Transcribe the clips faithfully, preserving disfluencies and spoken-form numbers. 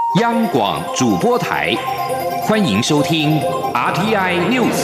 央广主播台，欢迎收听 R T I News。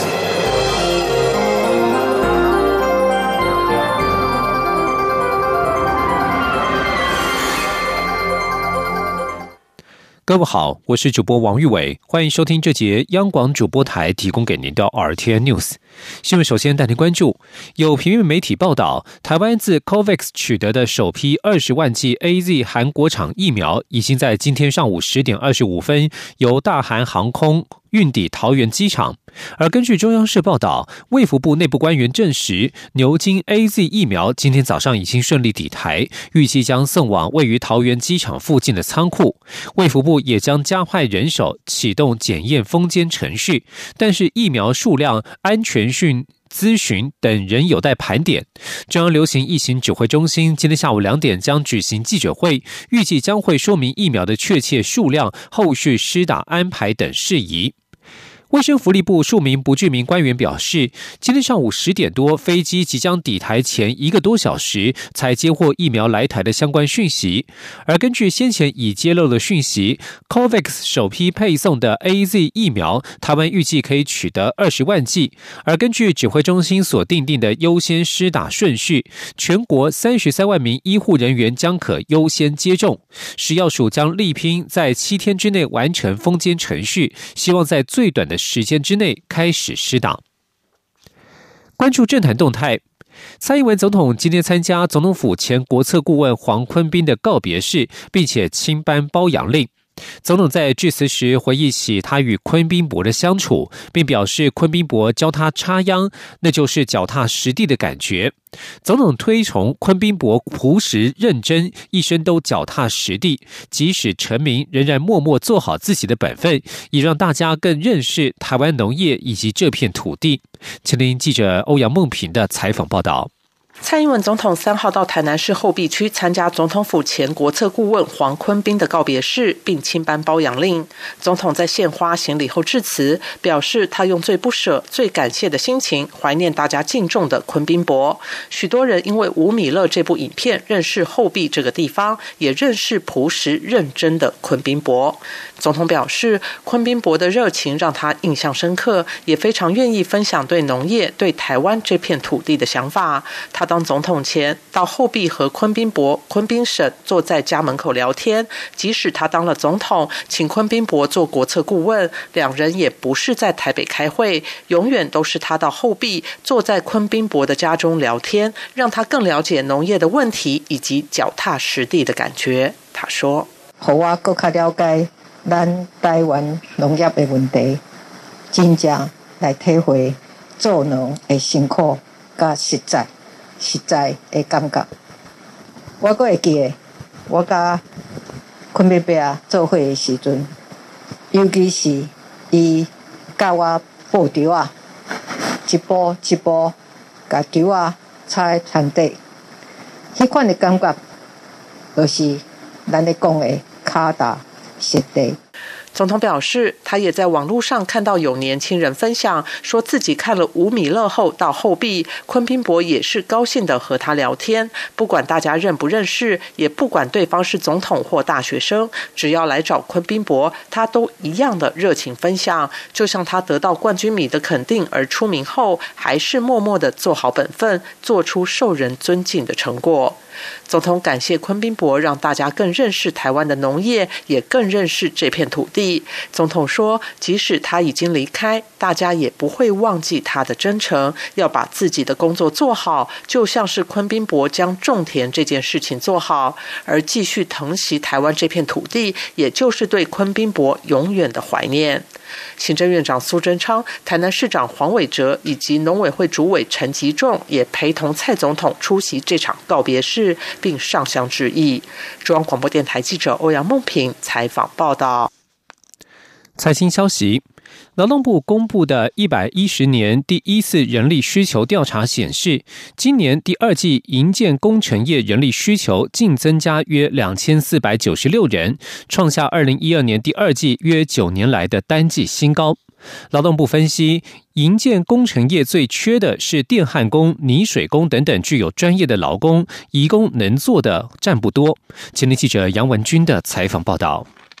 各位好，我是主播王玉伟，欢迎收听这节央广主播台提供给您的 R T I News 新闻。首先带您关注，有平面媒体报道，台湾自 COVAX 取得的首批二十万剂 A Z 韩国厂疫苗，已经在今天上午十点二十五分由大韩航空运抵桃园机场。而根据中央社报道，卫福部内部官员证实，牛津 A Z 疫苗今天早上已经顺利抵台，预计将送往位于桃园机场附近的仓库。卫福部也将加派人手启动检验封监程序，但是疫苗数量、安全讯咨询等仍有待盘点。中央流行疫情指挥中心今天下午两点将举行记者会，预计将会说明疫苗的确切数量、后续施打安排等事宜。卫生福利部数名不具名官员表示，今天上午十点多，飞机即将抵台前一个多小时才接获疫苗来台的相关讯息。而根据先前已揭露的讯息 ，COVAX 首批配送的 A Z 疫苗，台湾预计可以取得二十万剂。而根据指挥中心所订定的优先施打顺序，全国三十三万名医护人员将可优先接种。食药署将力拼在七天之内完成封监程序，希望在最短的时间之内开始施打。关注政坛动态，蔡英文总统今天参加总统府前国策顾问黄坤斌的告别式，并且亲颁褒扬令。总统在致辞时回忆起他与昆宾伯的相处，并表示昆宾伯教他插秧，那就是脚踏实地的感觉。总统推崇昆宾伯朴实认真，一生都脚踏实地，即使成名仍然默默做好自己的本分，也让大家更认识台湾农业以及这片土地。请听记者欧阳梦平的采访报道。 蔡英文总统三号到台南市后壁区参加总统府前国策顾问黄坤斌的告别式，并亲颁褒扬令。总统在献花行礼后致辞，表示他用最不舍、最感谢的心情怀念大家敬重的昆宾伯。许多人因为《吴米勒》这部影片认识后壁这个地方，也认识朴实认真的昆宾伯。总统表示，昆宾伯的热情让他印象深刻，也非常愿意分享对农业、对台湾这片土地的想法。他当总统前到后壁和昆宾伯、昆宾婶坐在家门口聊天，即使他当了总统，请昆宾伯做国策顾问，两人也不是在台北开会，永远都是他到后壁坐在昆宾伯的家中聊天，让他更了解农业的问题以及脚踏实地的感觉。他说， 让我更加了解咱台湾农业的问题，真正来体会做农的辛苦甲实在实在的感觉。我还会记得我甲昆伯伯做伙的时阵，尤其是伊教我报稻啊，一步一步甲稻啊插在田底，迄款的感觉，就是咱咧讲的脚踏实地。 总统表示，他也在网络上看到有年轻人分享，说自己看了《吴米勒》后到后壁，昆宾伯也是高兴的和他聊天，不管大家认不认识，也不管对方是总统或大学生，只要来找昆宾伯，他都一样的热情分享。就像他得到冠军米的肯定而出名后，还是默默的做好本分，做出受人尊敬的成果。总统感谢昆宾伯让大家更认识台湾的农业，也更认识这片土地。总统说，即使他已经离开，大家也不会忘记他的真诚，要把自己的工作做好，就像是昆宾伯将种田这件事情做好，而继续疼惜台湾这片土地，也就是对昆宾伯永远的怀念。行政院长苏贞昌、台南市长黄伟哲以及农委会主委陈吉仲也陪同蔡总统出席这场告别式，并上香致意。中央广播电台记者欧阳梦平采访报道。 财经消息，劳动部公布的一百一十年第一次人力需求调查显示，今年第二季营建工程业人力需求净增加约两千四百九十六人，创下二零一二年第二季约九年来的单季新高。劳动部分析，营建工程业最缺的是电焊工、泥水工等等具有专业的劳工，移工能做的占不多。前天记者杨文君的采访报道。 为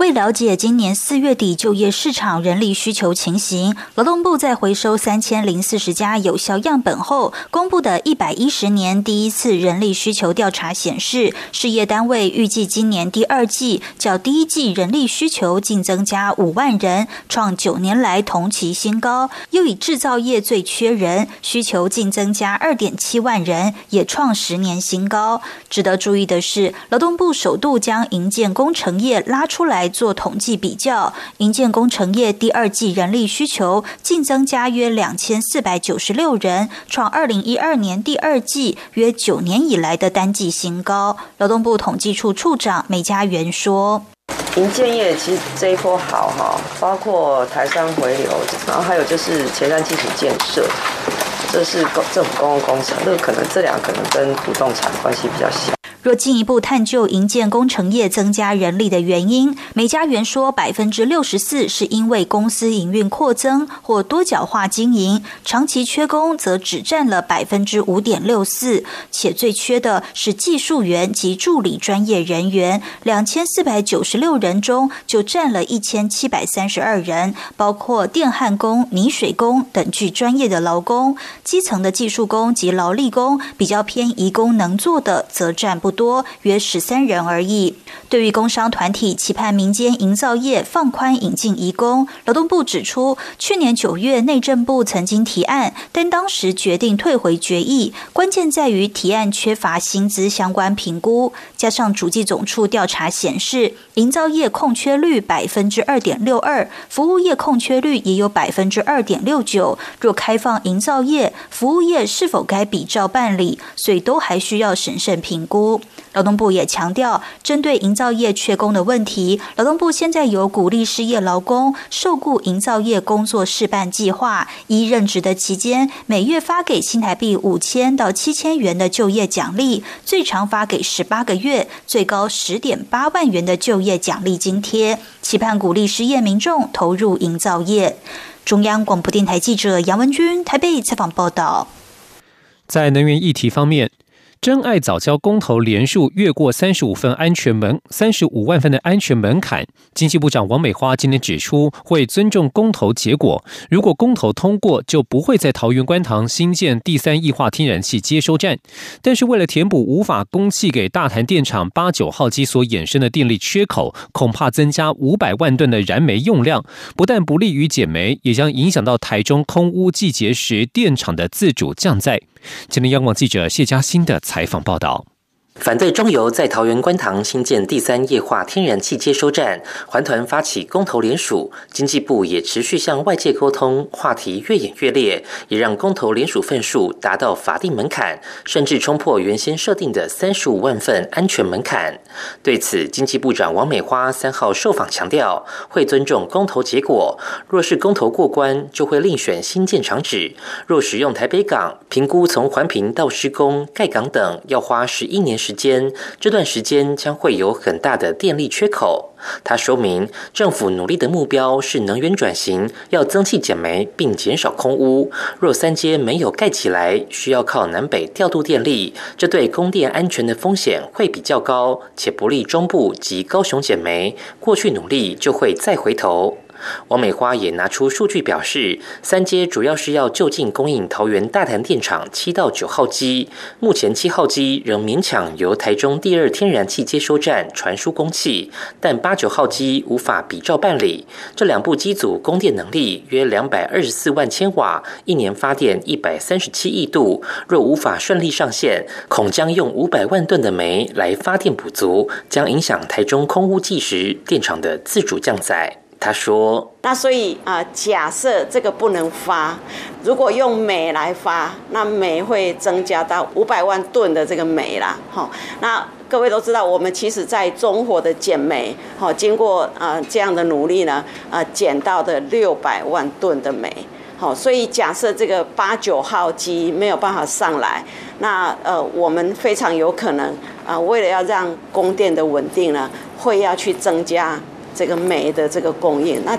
为了解今年四月底就业市场人力需求情形，劳动部在回收三千零四十家有效样本后，公布的一百一十年第一次人力需求调查显示，事业单位预计今年第二季较第一季人力需求净增加五万人，创九年来同期新高。又以制造业最缺人，需求净增加二点七万人，也创十年新高。值得注意的是，劳动部首度将营建工程业拉出来做统计比较，营建工程业第二季人力需求净增加约两千四百九十六人，创二零一二年第二季约九年以来的单季新高。劳动部统计处处长梅家元说：“ 营建业其实这一波好哈，包括台商回流，然后还有就是前瞻基础建设，这是政府公共工程，这个可能这两个可能跟不动产关系比较小。” 若进一步探究营建工程业增加人力的原因，梅家元说，百分之六十四是因为公司营运扩增或多角化经营，长期缺工则只占了百分之五点六四，且最缺的是技术员及助理专业人员，两千四百九十六人中就占了一千七百三十二人，包括电焊工、泥水工等具专业的劳工，基层的技术工及劳力工比较偏移工能做的则占不多，约十三人而已。对于工商团体期盼民间营造业放宽引进移工，劳动部指出，去年九月内政部曾经提案，但当时决定退回决议，关键在于提案缺乏薪资相关评估，加上主计总处调查显示，营造业空缺率百分之二点六二，服务业空缺率也有百分之二点六九。若开放营造业、服务业是否该比照办理，所以都还需要审慎评估。劳动部也强调，针对营造业缺工的问题，劳动部现在有鼓励失业劳工受雇营造业工作示范计划，依任职的期间，每月发给新台币五千到七千元的就业奖励，最长发给十八个月，最高十点八万元的就业奖励津贴，期盼鼓励失业民众投入营造业。中央广播电台记者杨文君台北采访报道。 在能源议题方面，真爱早教公投连数越过三十五份安全门三十五万份的安全门槛。经济部长王美花今天指出，会尊重公投结果，如果公投通过，就不会在桃园观塘新建第三液化天然气接收站。但是为了填补无法供气给大潭电厂八九号机所衍生的电力缺口，恐怕增加五百万吨的燃煤用量，不但不利于减煤，也将影响到台中空污季节时电厂的自主降载。今天央广记者谢嘉欣的采访报道。 反对中油在桃园观塘新建第三液化天然气接收站，环团发起公投联署，经济部也持续向外界沟通，话题越演越烈，也让公投联署份数达到法定门槛，甚至冲破原先设定的三十五万份安全门槛。对此，经济部长王美花三号受访强调，会尊重公投结果，若是公投过关，就会另选新建厂址。若使用台北港，评估从环评到施工、盖港等要花十一年时间，这段时间将会有很大的电力缺口。他说明，政府努力的目标是能源转型，要增气减煤并减少空污。若三接没有盖起来，需要靠南北调度电力，这对供电安全的风险会比较高，且不利中部及高雄减煤。过去努力就会再回头。王美花也拿出数据表示，三接主要是要就近供应桃园大潭电厂七到九号机，目前七号机仍勉强由台中第二天然气接收站传输供气，但八九号机无法比照办理。这两部机组供电能力约两百二十四万千瓦，一年发电一百三十七亿度，若无法顺利上线，恐将用五百万吨的煤来发电补足，将影响台中空污季时电厂的自主降载。他说：“ 那所以啊、呃，假设这个不能发，如果用煤来发，那煤会增加到五百万吨的这个煤啦。好，那各位都知道，我们其实在中火的减煤，好，经过啊、呃、这样的努力呢，啊、呃、减到的六百万吨的煤。好，所以假设这个八九号机没有办法上来，那呃我们非常有可能啊、呃，为了要让供电的稳定呢，会要去增加这个煤的这个供应，那这个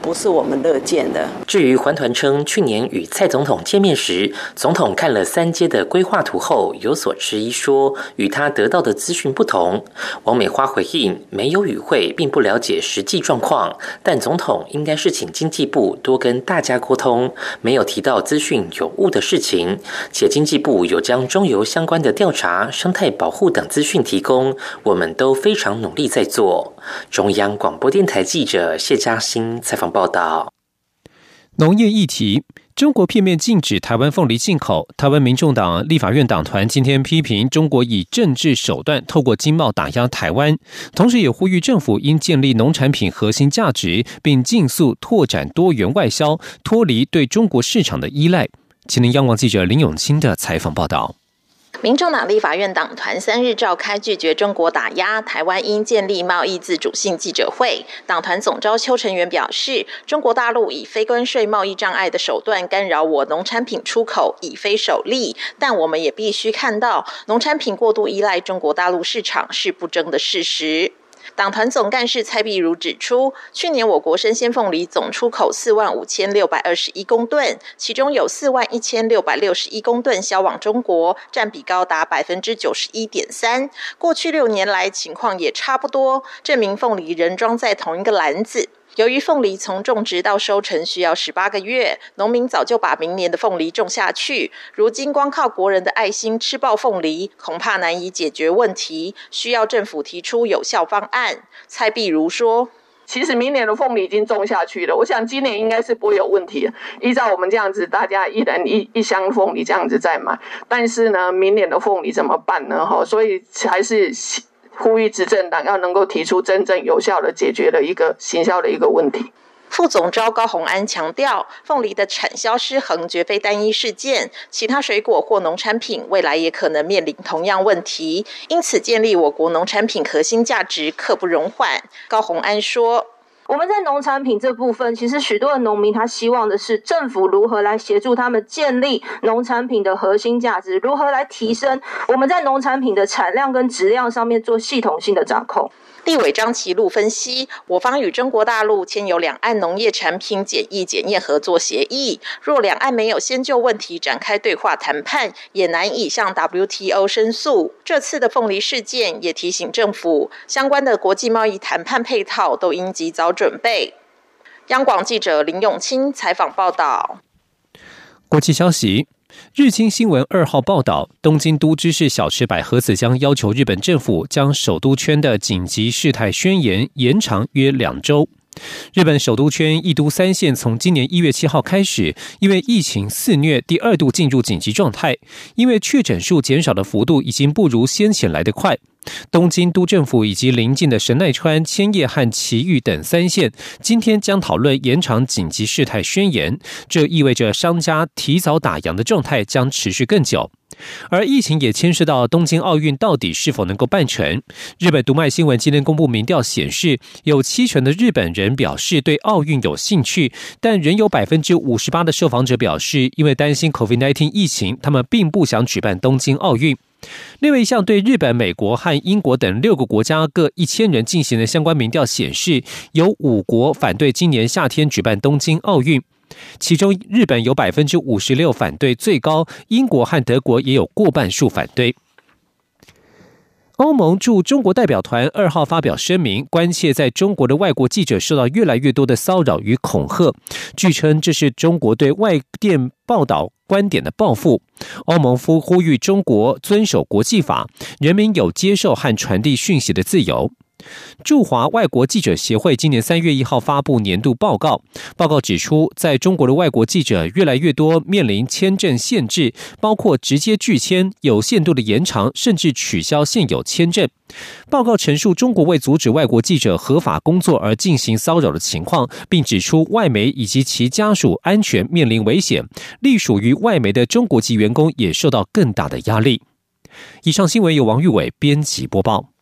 不是我们乐见的。 至于环团称，去年与蔡总统见面时，总统看了三阶的规划图后有所质疑，说与他得到的资讯不同。王美花回应，没有与会，并不了解实际状况，但总统应该是请经济部多跟大家沟通，没有提到资讯有误的事情，且经济部有将中油相关的调查、生态保护等资讯提供，我们都非常努力在做。中央广播电台记者谢嘉欣采访报道。 农业议题，中国片面禁止台湾凤梨进口。台湾民众党立法院党团今天批评中国以政治手段透过经贸打压台湾，同时也呼吁政府应建立农产品核心价值，并尽速拓展多元外销，脱离对中国市场的依赖。前天央广记者林永清的采访报道。 民众党立法院党团三日召开拒绝中国打压台湾应建立贸易自主性记者会。党团总召邱成元表示，中国大陆以非关税贸易障碍的手段干扰我农产品出口，已非首例，但我们也必须看到，农产品过度依赖中国大陆市场是不争的事实。党团总干事蔡碧如指出，去年我国生鲜凤梨总出口四万五千六百二十一公吨，其中有四万一千六百六十一公吨销往中国，占比高达百分之九十一点三。过去六年来情况也差不多，证明凤梨仍装在同一个篮子。由于凤梨从种植到收成需要十八个月，农民早就把明年的凤梨种下去，如今光靠国人的爱心吃爆凤梨，恐怕难以解决问题，需要政府提出有效方案。蔡碧如说， 其实明年的凤梨已经种下去了，我想今年应该是不会有问题。依照我们这样子，大家一人一一箱凤梨这样子在买，但是呢，明年的凤梨怎么办呢？所以还是呼吁执政党要能够提出真正有效的解决的一个行销的一个问题。 副总召高虹安强调，凤梨的产销失衡绝非单一事件，其他水果或农产品未来也可能面临同样问题，因此建立我国农产品核心价值刻不容缓。高虹安说， 我们在农产品这部分，其实许多的农民他希望的是政府如何来协助他们建立农产品的核心价值，如何来提升我们在农产品的产量跟质量上面做系统性的掌控。 立委张其禄分析，我方与中国大陆签有两岸农业产品检疫检验合作协议，若两岸没有先就问题展开对话谈判，也难以向 W T O 申诉。这次的凤梨事件也提醒政府，相关的国际贸易谈判配套都应及早准备。央广记者林永清采访报道。 国际消息，日经新闻二号报道，东京都知事小池百合子将要求日本政府将首都圈的紧急事态宣言延长约两周。日本首都圈一都三县从今年一月七号开始，因为疫情肆虐，第二度进入紧急状态。因为确诊数减少的幅度已经不如先前来得快，东京都政府以及邻近的神奈川、千叶和埼玉等三县今天将讨论延长紧急事态宣言，这意味着商家提早打烊的状态将持续更久。而疫情也牵涉到东京奥运到底是否能够办成。日本读卖新闻今天公布民调显示，有七成的日本人表示对奥运有兴趣，但仍有 百分之五十八 的受访者表示，因为担心 COVID 十九 疫情，他们并不想举办东京奥运。另外一项对日本、美国和英国等六个国家各一千人进行的相关民调显示，有五国反对今年夏天举办东京奥运。其中日本有 百分之五十六 反对最高，英国和德国也有过半数反对。欧盟驻中国代表团二号发表声明，关切在中国的外国记者受到越来越多的骚扰与恐吓，据称这是中国对外电报道观点的报复。欧盟呼吁中国遵守国际法，人民有接受和传递讯息的自由。驻华外国记者协会今年三月一号发布年度报告，报告指出，在中国的外国记者越来越多面临签证限制，包括直接拒签、有限度的延长，甚至取消现有签证。报告陈述中国为阻止外国记者合法工作而进行骚扰的情况，并指出外媒以及其家属安全面临危险，隶属于外媒的中国籍员工也受到更大的压力。以上新闻由王玉伟编辑播报。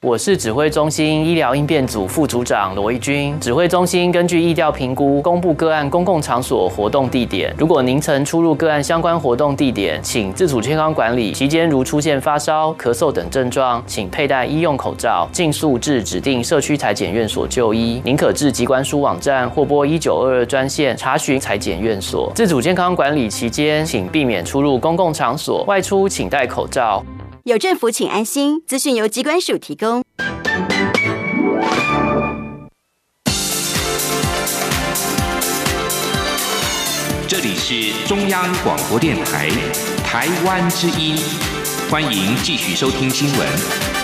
我是指挥中心医疗应变组副组长罗义军。指挥中心根据疫调评估，公布个案公共场所活动地点。如果您曾出入个案相关活动地点，请自主健康管理。期间如出现发烧、咳嗽等症状，请佩戴医用口罩，尽速至指定社区采检院所就医。您可至疾管署网站或拨一九二二专线查询采检院所。自主健康管理期间，请避免出入公共场所，外出请戴口罩。 有政府请安心，资讯由疾管署提供。 这里是中央广播电台台湾之音，欢迎继续收听新闻。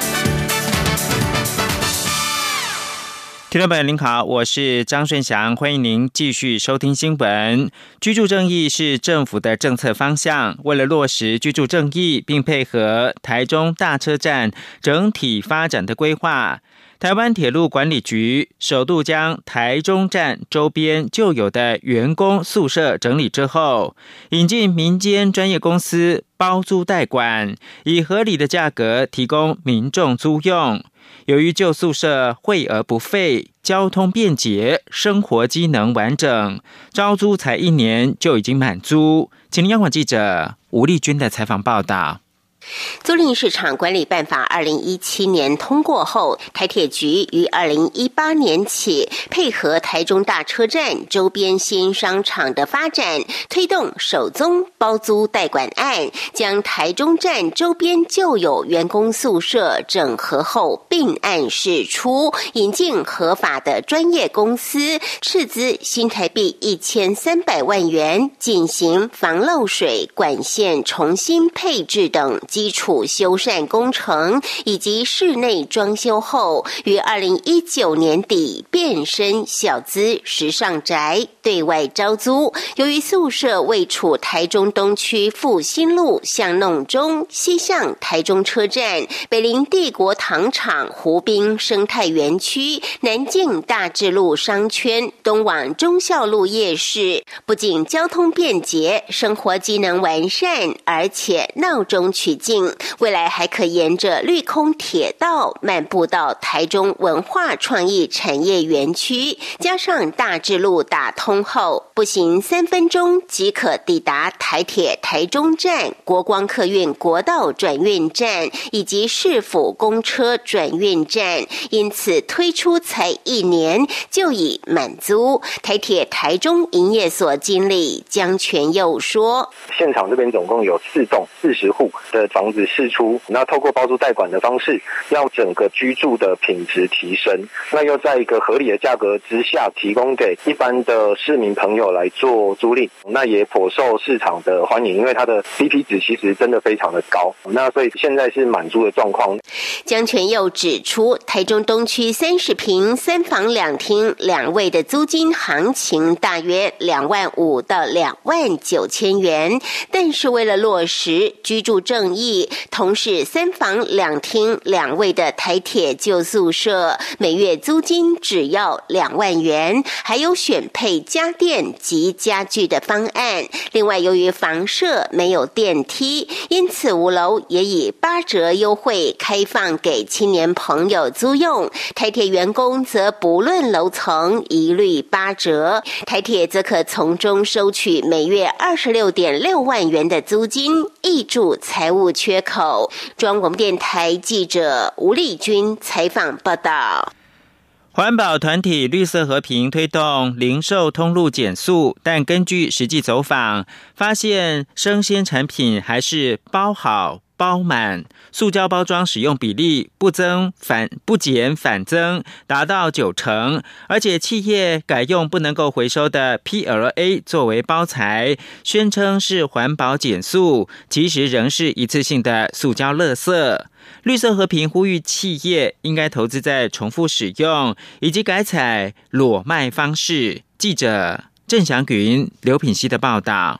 听众朋友您好，我是张顺祥，欢迎您继续收听新闻。居住正义是政府的政策方向，为了落实居住正义，并配合台中大车站整体发展的规划，台湾铁路管理局首度将台中站周边旧有的员工宿舍整理之后，引进民间专业公司包租代管，以合理的价格提供民众租用。由于旧宿舍惠而不费，交通便捷，生活机能完整，招租才一年就已经满租。请央广记者吴丽君的采访报道。 租赁市场管理办法二零一七年通过后，台铁局于二零一八年起配合台中大车站周边新商场的发展，推动首宗包租代管案，将台中站周边旧有员工宿舍整合后并案释出，引进合法的专业公司，斥资新台币一千三百万元，进行防漏水、管线重新配置等基础修缮工程以及室内装修后，于二零一九年底变身小资时尚宅对外招租。由于宿舍位处台中东区复兴路巷弄中，西向台中车站，北临帝国糖厂湖滨生态园区，南进大智路商圈，东往忠孝路夜市，不仅交通便捷，生活机能完善，而且闹中取静，未来还可沿着绿空铁道漫步到台中文化创意产业园区，加上大智路打通后，步行三分钟即可抵达台铁台中站、国光客运国道转运站以及市府公车转运站，因此推出才一年就已满租。台铁台中营业所经理江全佑说， 现场这边总共有四栋四十户的房子释出，那透过包租代管的方式，让整个居住的品质提升，那又在一个合理的价格之下，提供给一般的市民朋友来做租赁，那也颇受市场的欢迎，因为它的 C P 值其实真的非常的高，那所以现在是满租的状况。 江全佑指出，台中东区三十坪三房两厅两卫的租金行情大约两万五到两万九千元，但是为了落实居住正义，同是三房两厅两卫的台铁旧宿舍，每月租金只要两万元，还有选配家电及家具的方案。另外，由于房舍没有电梯，因此五楼也以八折优惠开放给青年朋友租用。台铁员工则不论楼层一律八折，台铁则可从中收取每月二十六点六万元的租金，挹注财务缺口。中央广播电台记者吴丽君采访报道。 环保团体绿色和平推动零售通路减塑，但根据实际走访，发现生鲜产品还是包好包满，塑胶包装使用比例不增反不减反增，达到九成，而且企业改用不能够回收的 P L A 作为包材，宣称是环保减塑，其实仍是一次性的塑胶垃圾。绿色和平呼吁企业应该投资在重复使用以及改采裸卖方式。记者郑祥云、刘品熙的报道。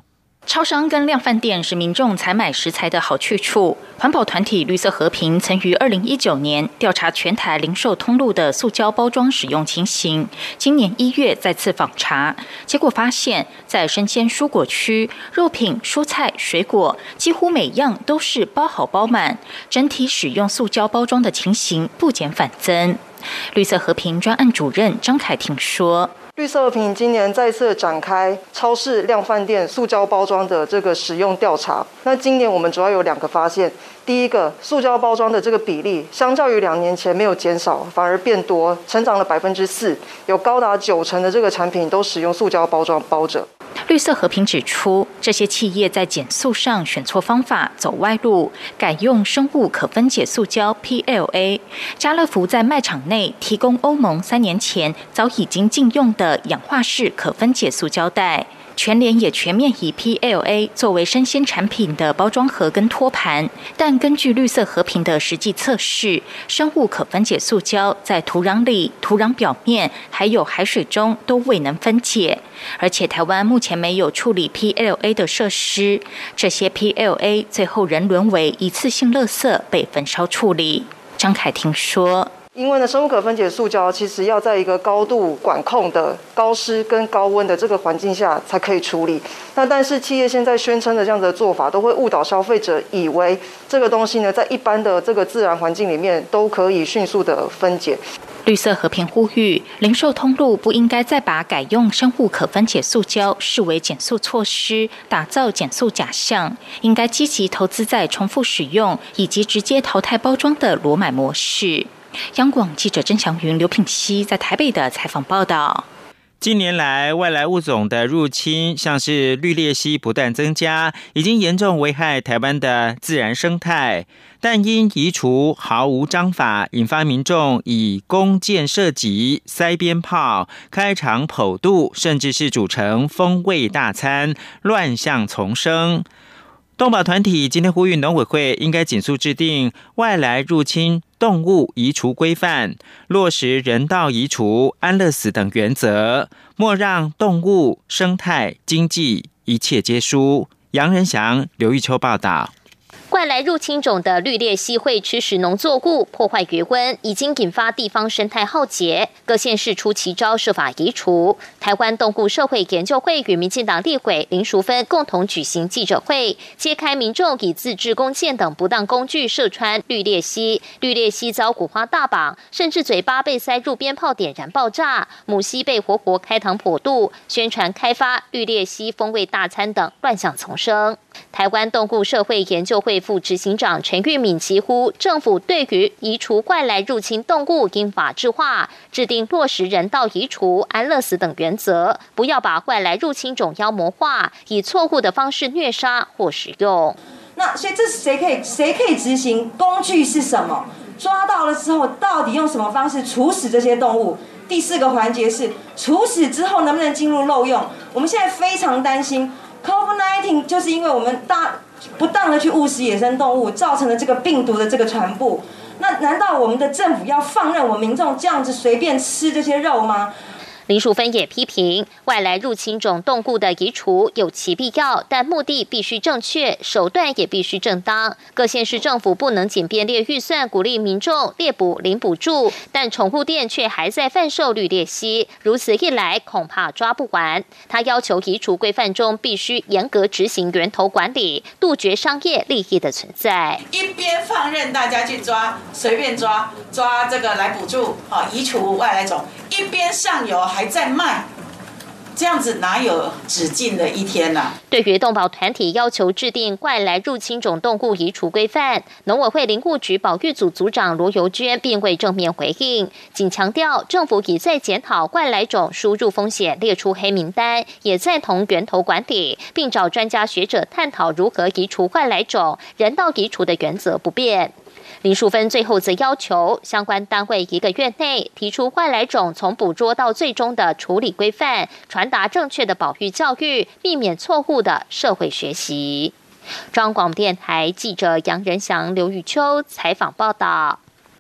超商跟量贩店是民众采买食材的好去处。环保团体绿色和平曾于二零一九年调查全台零售通路的塑胶包装使用情形，今年一月再次访查，结果发现，在生鲜蔬果区，肉品、蔬菜、水果几乎每样都是包好包满，整体使用塑胶包装的情形不减反增。绿色和平专案主任张凯婷说， 绿色和平今年再次展开超市、量贩店塑胶包装的这个使用调查。那今年我们主要有两个发现，第一个，塑胶包装的这个比例相较于两年前没有减少，反而变多，成长了百分之四，有高达九成的这个产品都使用塑胶包装包着。 绿色和平指出，这些企业在减塑上选错方法，走歪路，改用生物可分解塑胶 P L A。家乐福在卖场内提供欧盟三年前早已经禁用的氧化式可分解塑胶袋。全联也全面以 P L A 作为生鲜产品的包装盒跟托盘，但根据绿色和平的实际测试，生物可分解塑胶在土壤里、土壤表面还有海水中都未能分解，而且台湾目前没有处理 P L A 的设施，这些 P L A 最后仍沦为一次性垃圾被焚烧处理。张凯婷说， 因为呢，生物可分解塑胶其实要在一个高度管控的高湿跟高温的这个环境下才可以处理。那但是企业现在宣称的这样的做法，都会误导消费者，以为这个东西呢，在一般的这个自然环境里面都可以迅速的分解。 绿色和平呼吁，零售通路不应该再把改用生物可分解塑胶视为减塑措施，打造减塑假象，应该积极投资在重复使用以及直接淘汰包装的裸买模式。央广记者曾祥云、刘品熙在台北的采访报道。 近年来，外来物种的入侵，像是绿鬣蜥不断增加，已经严重危害台湾的自然生态。但因移除毫无章法，引发民众以弓箭射击、塞鞭炮、开肠剖肚，甚至是煮成风味大餐，乱象丛生。动保团体今天呼吁农委会应该紧速制定外来入侵动物移除规范，落实人道移除、安乐死等原则，莫让动物、生态、经济一切皆输。杨仁祥、刘玉秋报道。 外来入侵种的绿鬣蜥会吃食农作物，破坏鱼塭，已经引发地方生态浩劫。各县市出奇招，设法移除。台湾动物社会研究会与民进党立委林淑芬共同举行记者会，揭开民众以自制弓箭等不当工具射穿绿鬣蜥，绿鬣蜥遭五花大绑，甚至嘴巴被塞入鞭炮点燃爆炸，母蜥被活活开膛破肚，宣传开发绿鬣蜥风味大餐等乱象丛生。台湾动物社会研究会副执行长陈玉敏疾呼，政府对于移除外来入侵动物应法制化，制定落实人道移除、安乐死等原则，不要把外来入侵种妖魔化，以错误的方式虐杀或使用。 那所以这谁可以谁可以执行？工具是什么？抓到了之后，到底用什么方式处死这些动物？第四个环节是处死之后能不能进入漏用？我们现在非常担心。COVID 十九 就是因为我们大不当的去误食野生动物，造成了这个病毒的这个传播。那难道我们的政府要放任我们民众这样子随便吃这些肉吗？ 林淑芬也批评外来入侵种动物的移除有其必要，但目的必须正确，手段也必须正当。各县市政府不能仅编列预算鼓励民众猎捕领补助，但宠物店却还在贩售绿鬣蜥，如此一来恐怕抓不完。他要求移除规范中必须严格执行源头管理，杜绝商业利益的存在。 一边放任大家去抓，随便抓抓这个来补助，移除外来种，一边上游还在卖，这样子哪有止境的一天呢、啊？ 对于动保团体要求制定外来入侵种动物移除规范，农委会林务局保育组组长罗尤娟并未正面回应，仅强调政府已在检讨外来种输入风险，列出黑名单，也赞同源头管理，并找专家学者探讨如何移除外来种，人道移除的原则不变。林淑芬最后则要求相关单位一个月内提出外来种从捕捉到最终的处理规范，传达正确的保育教育，避免错误的社会学习。中央广播电台记者杨仁祥、刘玉秋采访报道。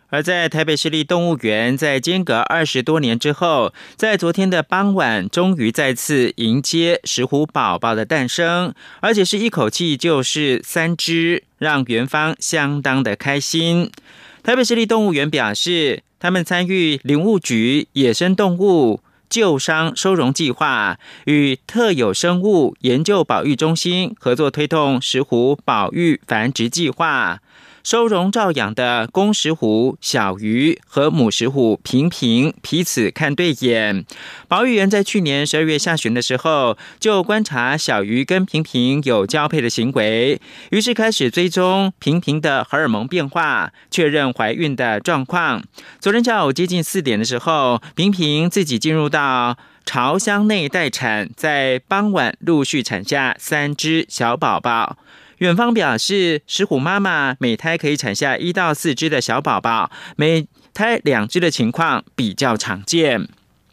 而在台北市立动物园，在间隔二十多年之后，在昨天的傍晚，终于再次迎接石虎宝宝的诞生，而且是一口气就是三只，让园方相当的开心。台北市立动物园表示，他们参与林务局野生动物救伤收容计划，与特有生物研究保育中心合作推动石虎保育繁殖计划。收容照养的公石虎小鱼和母石虎平平彼此看对眼。保育员在去年十二月下旬的时候，就观察小鱼跟平平有交配的行为，于是开始追踪平平的荷尔蒙变化，确认怀孕的状况。昨天下午接近四点的时候，平平自己进入到巢箱内待产，在傍晚陆续产下三只小宝宝。园方表示，石虎妈妈每胎可以产下一到四只的小宝宝，每胎两只的情况比较常见。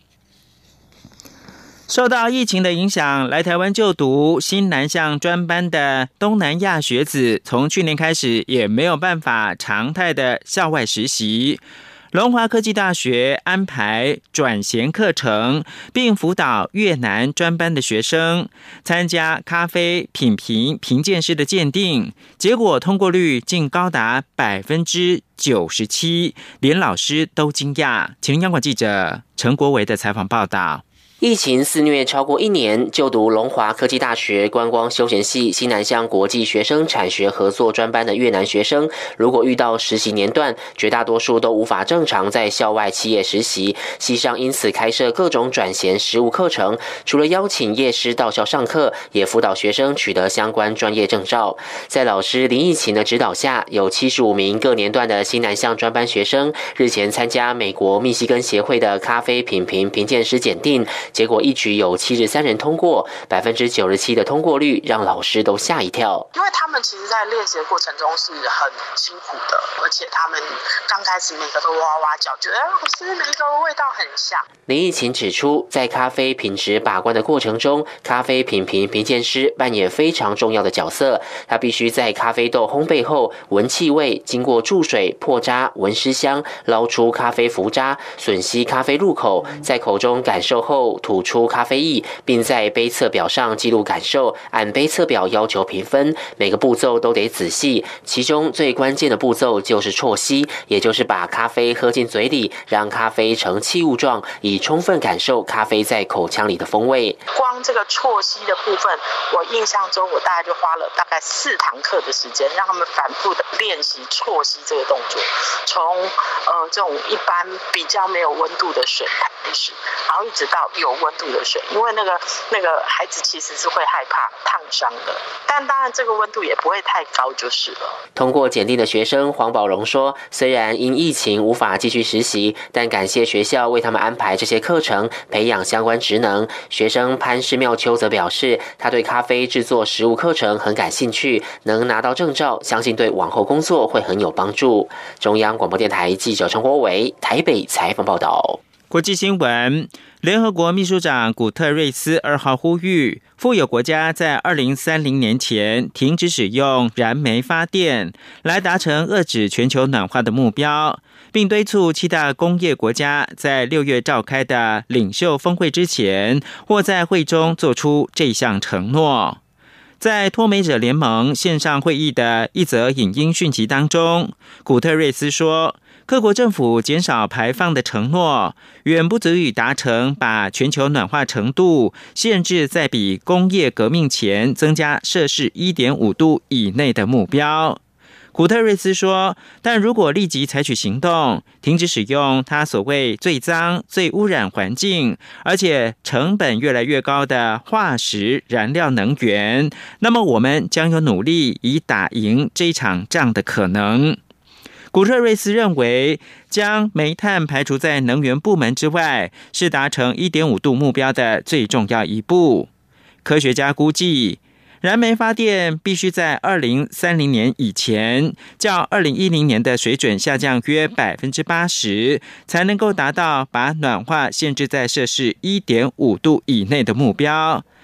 受到疫情的影响，来台湾就读新南向专班的东南亚学子，从去年开始也没有办法常态的校外实习。龙华科技大学安排转衔课程，并辅导越南专班的学生参加咖啡品评评鉴师的鉴定，结果通过率竟高达百分之九十七，连老师都惊讶。请听央广记者陈国维的采访报道。 疫情肆虐超过一年，就读龙华科技大学观光休闲系西南向国际学生产学合作专班的越南学生，如果遇到实习年段，绝大多数都无法正常在校外企业实习。系上因此开设各种转衔实务课程，除了邀请业师到校上课，也辅导学生取得相关专业证照。在老师林义勤的指导下，有七十五名各年段的西南向专班学生日前参加美国密西根协会的咖啡品评评鉴师检定。结果一举有七十三人通过，百分之九十七的通过率让老师都吓一跳。 因为他们其实在练习的过程中是很辛苦的，而且他们刚开始每个都哇哇叫，觉得老师每个味道很像。 林义勤指出，在咖啡品质把关的过程中，咖啡品评评鉴师扮演非常重要的角色。他必须在咖啡豆烘焙后闻气味，经过注水破渣闻湿香，捞出咖啡浮渣，吮吸咖啡入口，在口中感受后吐出咖啡液，并在杯测表上记录感受，按杯测表要求评分。每个步骤都得仔细，其中最关键的步骤就是啜吸，也就是把咖啡喝进嘴里，让咖啡成气雾状，以充分感受咖啡在口腔里的风味。 光这个啜吸的部分，我印象中我大概就花了大概四堂课的时间，让他们反复的练习啜吸这个动作，从呃这种一般比较没有温度的水开始，然后一直到有温度的水，因为那个那个孩子其实是会害怕烫伤的，但当然这个温度也不会太高就是了。 通过检定的学生黄宝荣说，虽然因疫情无法继续实习，但感谢学校为他们安排这些课程，培养相关职能。学生潘氏妙秋则表示，他对咖啡制作实务课程很感兴趣，能拿到证照，相信对往后工作会很有帮助。中央广播电台记者陈国伟台北采访报道。 国际新闻，联合国秘书长古特瑞斯二号呼吁，富有国家在二零三零年前停止使用燃煤发电，来达成遏止全球暖化的目标，并敦促七大工业国家在六月召开的领袖峰会之前，或在会中做出这项承诺。在脱美者联盟线上会议的一则影音讯息当中，古特瑞斯说，各国政府减少排放的承诺远不足以达成把全球暖化程度限制在比工业革命前增加摄氏 一点五 度以内的目标。古特瑞斯说，但如果立即采取行动，停止使用他所谓最脏、最污染环境，而且成本越来越高的化石燃料能源，那么我们将有努力以打赢这场仗的可能。古特瑞斯认为，将煤炭排除在能源部门之外，是达成 一点五 度目标的最重要一步。科学家估计，燃煤发电必须在二零三零年以前，较二零一零年的水准下降约 百分之八十， 才能够达到把暖化限制在摄氏 一点五 度以内的目标。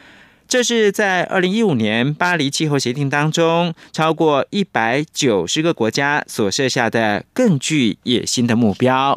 这是在二零一五年巴黎气候协定当中，超过一百九十个国家所设下的更具野心的目标。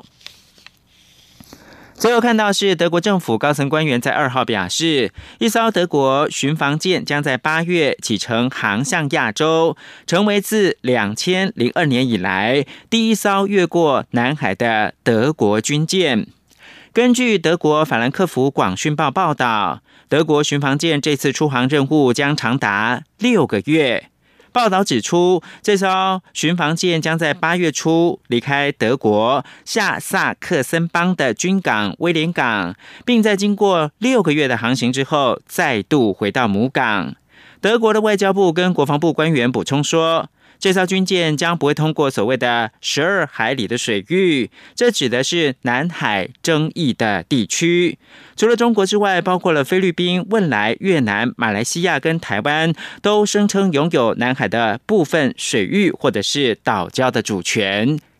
最后看到是德国政府高层官员在二号表示，一艘德国巡防舰将在八月启程航向亚洲，成为自两千零二年以来第一艘越过南海的德国军舰。根据德国法兰克福广讯报报道，德国巡防舰这次出航任务将长达六个月。报道指出，这艘巡防舰将在八月初离开德国下萨克森邦的军港威廉港，并在经过六个月的航行之后，再度回到母港。德国的外交部跟国防部官员补充说，这艘军舰将不会通过所谓的十二海里的水域，这指的是南海争议的地区。除了中国之外，包括了菲律宾、汶莱、越南、马来西亚跟台湾，都声称拥有南海的部分水域或者是岛礁的主权。